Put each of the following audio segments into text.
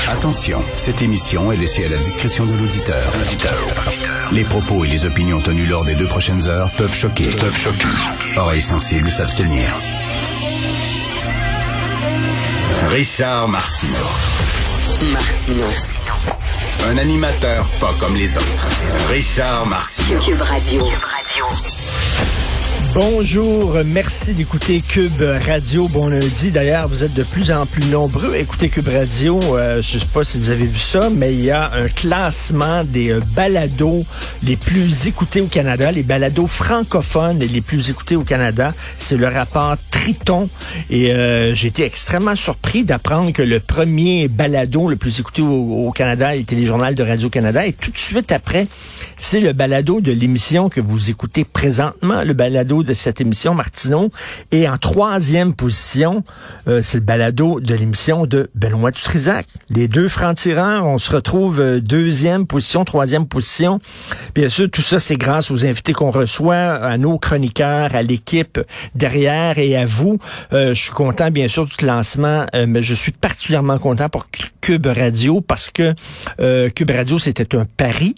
Attention, cette émission est laissée à la discrétion de l'auditeur. Les propos et les opinions tenues lors des 2 prochaines heures peuvent choquer. Oreilles sensibles s'abstenir. Richard Martineau. Un animateur pas comme les autres. Richard Martineau. Cube Radio. Bonjour, merci d'écouter Cube Radio. Bon lundi. D'ailleurs, vous êtes de plus en plus nombreux à écouter Cube Radio. Je sais pas si vous avez vu ça, mais il y a un classement des balados les plus écoutés au Canada, les balados francophones les plus écoutés au Canada. C'est le rapport Triton. Et j'ai été extrêmement surpris d'apprendre que le premier balado le plus écouté au Canada était les journaux de Radio-Canada. Et tout de suite après, c'est le balado de l'émission que vous écoutez présentement, le balado de cette émission Martineau. Et en 3e position, c'est le balado de l'émission de Benoît Dutrisac. Les 2 francs-tireurs, on se retrouve 2e position, 3e position. Bien sûr, tout ça, c'est grâce aux invités qu'on reçoit, à nos chroniqueurs, à l'équipe derrière et à vous. Je suis content, bien sûr, du lancement, mais je suis particulièrement content pour Cube Radio parce que Cube Radio, c'était un pari.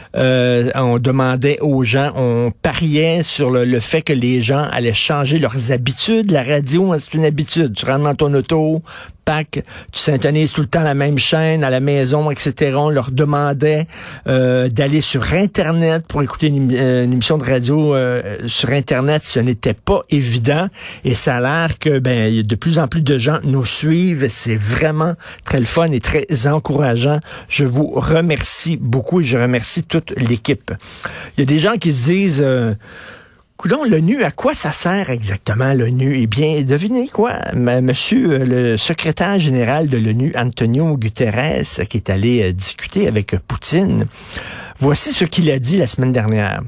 On demandait aux gens, on pariait sur le fait que les gens allaient changer leurs habitudes. La radio, c'est une habitude. Tu rentres dans ton auto, tu syntonises tout le temps la même chaîne à la maison, etc. On leur demandait d'aller sur Internet pour écouter une émission de radio sur Internet. Ce n'était pas évident et ça a l'air que de plus en plus de gens nous suivent. C'est vraiment très le fun et très encourageant. Je vous remercie beaucoup et je remercie toute l'équipe. Il y a des gens qui se disent... Coudonc, l'ONU, à quoi ça sert exactement l'ONU? Eh bien, devinez quoi? Monsieur le secrétaire général de l'ONU, Antonio Guterres, qui est allé discuter avec Poutine, voici ce qu'il a dit la semaine dernière,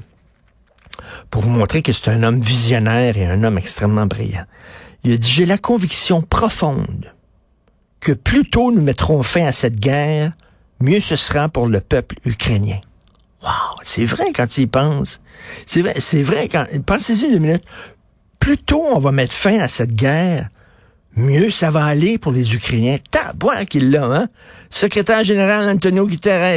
pour vous montrer que c'est un homme visionnaire et un homme extrêmement brillant. Il a dit, j'ai la conviction profonde que plus tôt nous mettrons fin à cette guerre, mieux ce sera pour le peuple ukrainien. Wow, c'est vrai quand tu y penses. C'est vrai quand... Pensez-y 2 minutes. Plus tôt on va mettre fin à cette guerre, mieux ça va aller pour les Ukrainiens. Tabouin qu'il l'a, hein? Secrétaire général Antonio Guterres,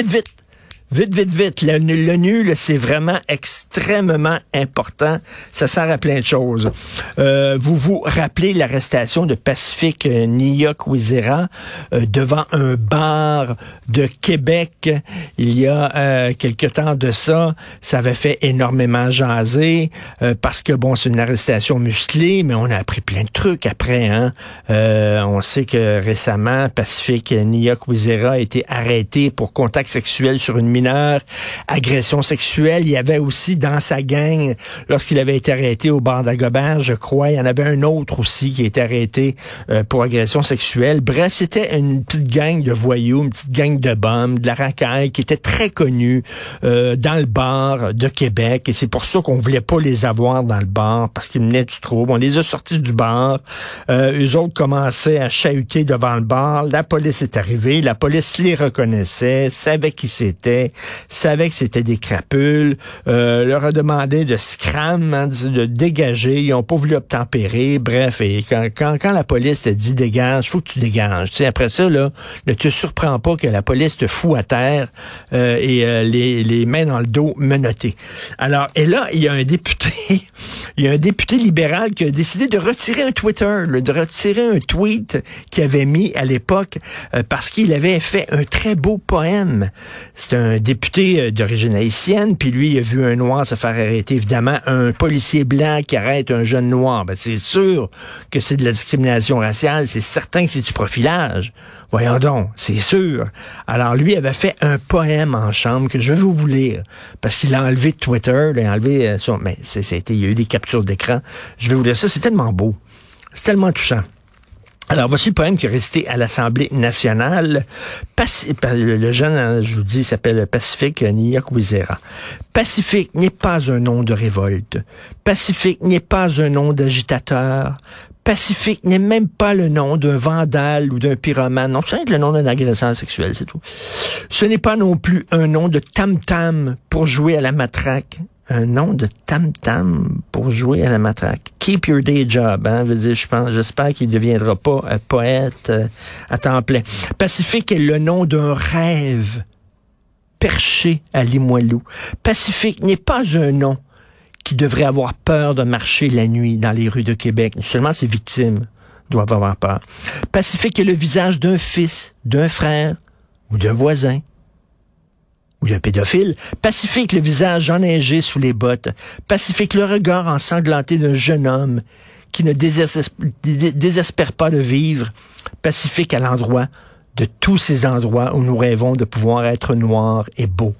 Vite. L'ONU, c'est vraiment extrêmement important. Ça sert à plein de choses. Vous vous rappelez l'arrestation de Pacifique Niyokwizera devant un bar de Québec il y a quelque temps de ça. Ça avait fait énormément jaser parce que, c'est une arrestation musclée, mais on a appris plein de trucs après. Hein? On sait que récemment, Pacifique Niyokwizera a été arrêté pour contact sexuel sur une mineure, agression sexuelle. Il y avait aussi dans sa gang, lorsqu'il avait été arrêté au bar d'Agobert, je crois, il y en avait un autre aussi qui a été arrêté pour agression sexuelle. Bref, c'était une petite gang de voyous, une petite gang de bums, de la racaille qui était très connue dans le bar de Québec. Et c'est pour ça qu'on voulait pas les avoir dans le bar, parce qu'ils venaient du trouble. On les a sortis du bar. Eux autres commençaient à chahuter devant le bar. La police est arrivée. La police les reconnaissait, savait qui c'était, savait que c'était des crapules, leur a demandé de scram, hein, de dégager. Ils n'ont pas voulu obtempérer. Bref, et quand la police te dit dégage, faut que tu dégages. Tu sais, après ça, là, ne te surprends pas que la police te fout à terre et les mains dans le dos menottées. Alors, et là, il y a un député libéral qui a décidé de retirer un Twitter, de retirer un tweet qu'il avait mis à l'époque parce qu'il avait fait un très beau poème. C'est un député d'origine haïtienne, puis lui, il a vu un noir se faire arrêter. Évidemment, un policier blanc qui arrête un jeune noir, c'est sûr que c'est de la discrimination raciale, c'est certain que c'est du profilage. Voyons donc, c'est sûr. Alors, lui avait fait un poème en chambre que je vais vous lire, parce qu'il a enlevé Twitter, il a enlevé son... Mais il y a eu des captures d'écran. Je vais vous lire ça, c'est tellement beau. C'est tellement touchant. Alors, voici le poème qui est resté à l'Assemblée nationale. Le jeune, je vous dis, s'appelle Pacifique Niyokwizera. Pacifique n'est pas un nom de révolte. Pacifique n'est pas un nom d'agitateur. Pacifique n'est même pas le nom d'un vandale ou d'un pyromane. Non, c'est le nom d'un agresseur sexuel, c'est tout. Ce n'est pas non plus un nom de tam-tam pour jouer à la matraque. un nom de tam-tam pour jouer à la matraque. Keep your day job, hein, veut dire, j'espère qu'il ne deviendra pas poète à temps plein. Pacifique est le nom d'un rêve perché à Limoilou. Pacifique n'est pas un nom qui devrait avoir peur de marcher la nuit dans les rues de Québec. Seulement ses victimes doivent avoir peur. Pacifique est le visage d'un fils, d'un frère ou d'un voisin. Ou d'un pédophile. Pacifique, le visage enneigé sous les bottes. Pacifique, le regard ensanglanté d'un jeune homme qui ne désespère pas de vivre. Pacifique à l'endroit de tous ces endroits où nous rêvons de pouvoir être noirs et beaux.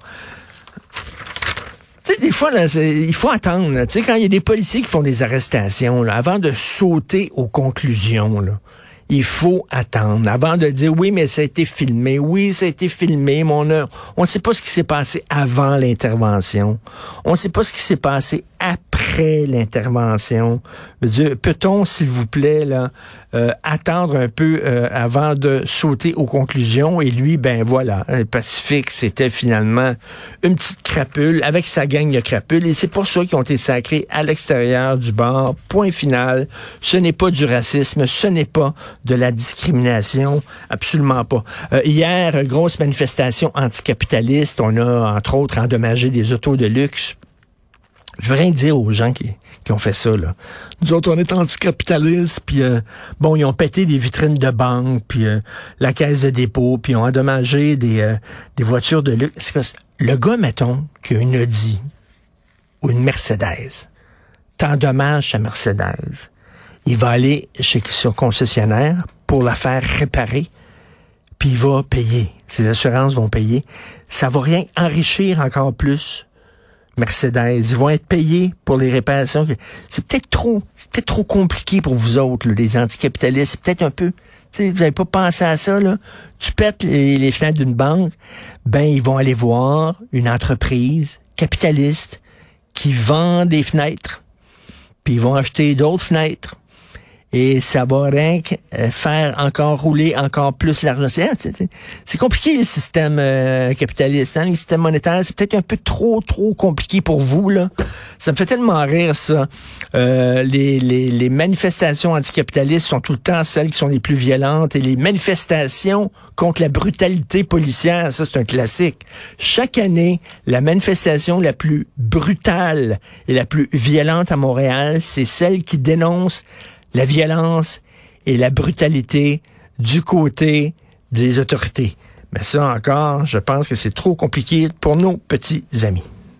Tu sais, des fois, là, il faut attendre. Tu sais, quand il y a des policiers qui font des arrestations, là, avant de sauter aux conclusions, là, il faut attendre avant de dire oui, mais ça a été filmé. Oui, ça a été filmé, mais on ne sait pas ce qui s'est passé avant l'intervention. On ne sait pas ce qui s'est passé après l'intervention. Je veux dire, peut-on, s'il vous plaît, là, attendre un peu avant de sauter aux conclusions? Et lui, ben voilà, Pacifique, c'était finalement une petite crapule avec sa gang de crapules. Et c'est pour ça qu'ils ont été sacrés à l'extérieur du bar. Point final. Ce n'est pas du racisme, ce n'est pas de la discrimination, absolument pas. Hier, grosse manifestation anticapitaliste. On a, entre autres, endommagé des autos de luxe. Je veux rien dire aux gens qui ont fait ça, là. Nous autres, on est anticapitalistes, puis bon, ils ont pété des vitrines de banque, puis la caisse de dépôt, puis ils ont endommagé des voitures de luxe. Le gars, mettons, qui a une Audi ou une Mercedes, t'endommages sa Mercedes. Il va aller chez son concessionnaire pour la faire réparer, puis il va payer. Ses assurances vont payer. Ça va rien enrichir encore plus Mercedes. Ils vont être payés pour les réparations. C'est peut-être trop compliqué pour vous autres, là, les anticapitalistes. C'est peut-être un peu, vous n'avez pas pensé à ça, là. Tu pètes les fenêtres d'une banque, ben, ils vont aller voir une entreprise capitaliste qui vend des fenêtres, puis ils vont acheter d'autres fenêtres. Et ça va rien faire encore rouler encore plus l'argent. C'est compliqué le système capitaliste, hein? Le système monétaire, c'est peut-être un peu trop compliqué pour vous, là. Ça me fait tellement rire, ça. Les manifestations anticapitalistes sont tout le temps celles qui sont les plus violentes, et les manifestations contre la brutalité policière, ça c'est un classique. Chaque année, la manifestation la plus brutale et la plus violente à Montréal, c'est celle qui dénonce la violence et la brutalité du côté des autorités. Mais ça encore, je pense que c'est trop compliqué pour nos petits amis.